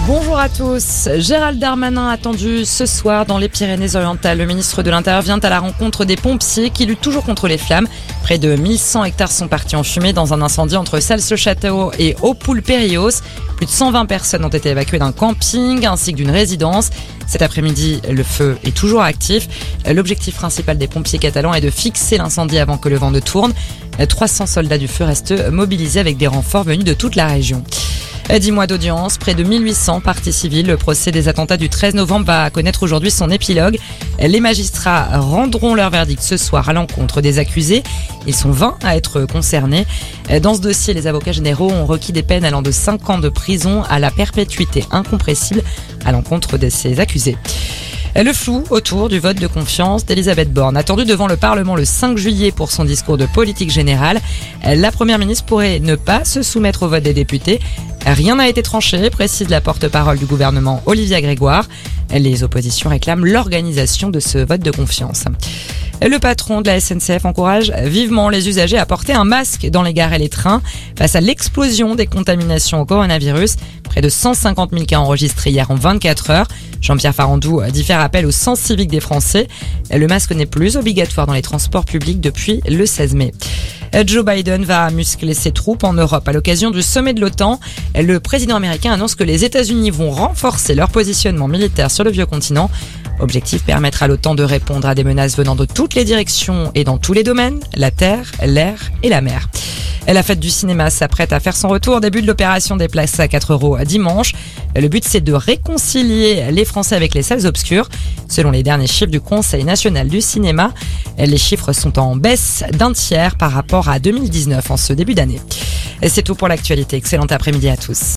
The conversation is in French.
Bonjour à tous. Gérald Darmanin attendu ce soir dans les Pyrénées-Orientales. Le ministre de l'Intérieur vient à la rencontre des pompiers qui luttent toujours contre les flammes. Près de 1100 hectares sont partis en fumée dans un incendie entre Sals-le-Château et Aupoul-Périos. Plus de 120 personnes ont été évacuées d'un camping ainsi que d'une résidence. Cet après-midi, le feu est toujours actif. L'objectif principal des pompiers catalans est de fixer l'incendie avant que le vent ne tourne. 300 soldats du feu restent mobilisés avec des renforts venus de toute la région. 10 mois d'audience, près de 1800 parties civiles. Le procès des attentats du 13 novembre va connaître aujourd'hui son épilogue. Les magistrats rendront leur verdict ce soir à l'encontre des accusés. Ils sont 20 à être concernés. Dans ce dossier, les avocats généraux ont requis des peines allant de 5 ans de prison à la perpétuité incompressible à l'encontre de ces accusés. Le flou autour du vote de confiance d'Elisabeth Borne. Attendue devant le Parlement le 5 juillet pour son discours de politique générale, la Première ministre pourrait ne pas se soumettre au vote des députés. Rien n'a été tranché, précise la porte-parole du gouvernement Olivia Grégoire. Les oppositions réclament l'organisation de ce vote de confiance. Le patron de la SNCF encourage vivement les usagers à porter un masque dans les gares et les trains face à l'explosion des contaminations au coronavirus. Près de 150 000 cas enregistrés hier en 24 heures. Jean-Pierre Farandou dit faire appel au sens civique des Français. Le masque n'est plus obligatoire dans les transports publics depuis le 16 mai. Joe Biden va muscler ses troupes en Europe à l'occasion du sommet de l'OTAN. Le président américain annonce que les États-Unis vont renforcer leur positionnement militaire sur le vieux continent. Objectif, permettre à l'OTAN de répondre à des menaces venant de toutes les directions et dans tous les domaines, la terre, l'air et la mer. La fête du cinéma s'apprête à faire son retour. Début de l'opération des places à 4 € dimanche. Le but, c'est de réconcilier les Français avec les salles obscures. Selon les derniers chiffres du Conseil national du cinéma, les chiffres sont en baisse d'un tiers par rapport à 2019 en ce début d'année. Et c'est tout pour l'actualité. Excellent après-midi à tous.